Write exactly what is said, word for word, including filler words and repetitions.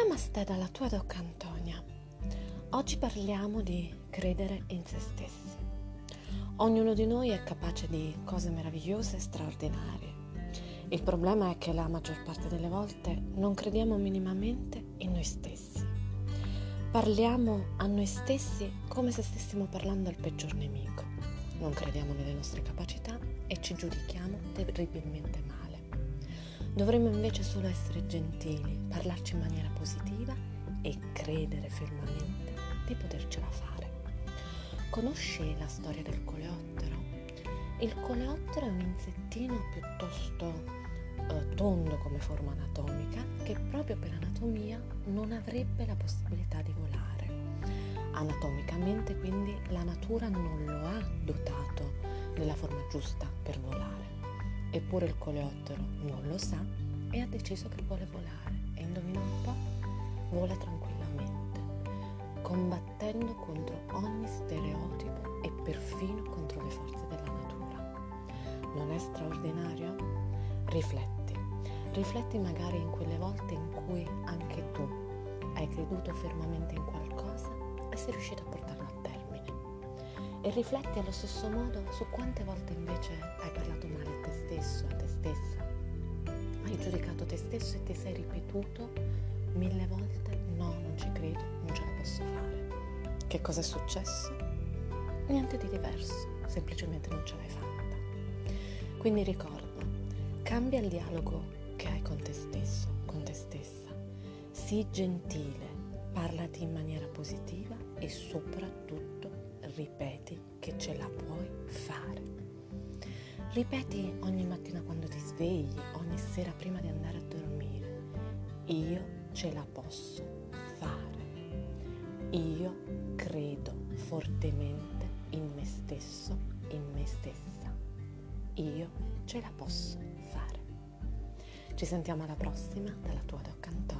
Namaste dalla tua Doc Antonia. Oggi parliamo di credere in se stessi. Ognuno di noi è capace di cose meravigliose e straordinarie. Il problema è che la maggior parte delle volte non crediamo minimamente in noi stessi. Parliamo a noi stessi come se stessimo parlando al peggior nemico. Non crediamo nelle nostre capacità e ci giudichiamo terribilmente male. Dovremmo invece solo essere gentili, parlarci in maniera positiva e credere fermamente di potercela fare. Conosci la storia del coleottero? Il coleottero è un insettino piuttosto eh, tondo come forma anatomica che proprio per anatomia non avrebbe la possibilità di volare. Anatomicamente quindi la natura non lo ha dotato nella forma giusta per volare. Eppure il coleottero non lo sa e ha deciso che vuole volare e indovina un po', vola tranquillamente, combattendo contro ogni stereotipo e perfino contro le forze della natura. Non è straordinario? Rifletti, rifletti magari in quelle volte in cui anche tu hai creduto fermamente in qualcosa e sei riuscito a portarlo a termine. E rifletti allo stesso modo su quante volte invece hai parlato male a te stesso, a te stessa. Hai giudicato te stesso e ti sei ripetuto mille volte: no, non ci credo, non ce la posso fare. Che cosa è successo? Niente di diverso, semplicemente non ce l'hai fatta. Quindi ricorda, cambia il dialogo che hai con te stesso, con te stessa. Sii gentile, parlati in maniera positiva e soprattutto ripeti che ce la puoi fare. Ripeti ogni mattina quando ti svegli, ogni sera prima di andare a dormire: io ce la posso fare. Io credo fortemente in me stesso, in me stessa. Io ce la posso fare. Ci sentiamo alla prossima dalla tua Doc Antonia.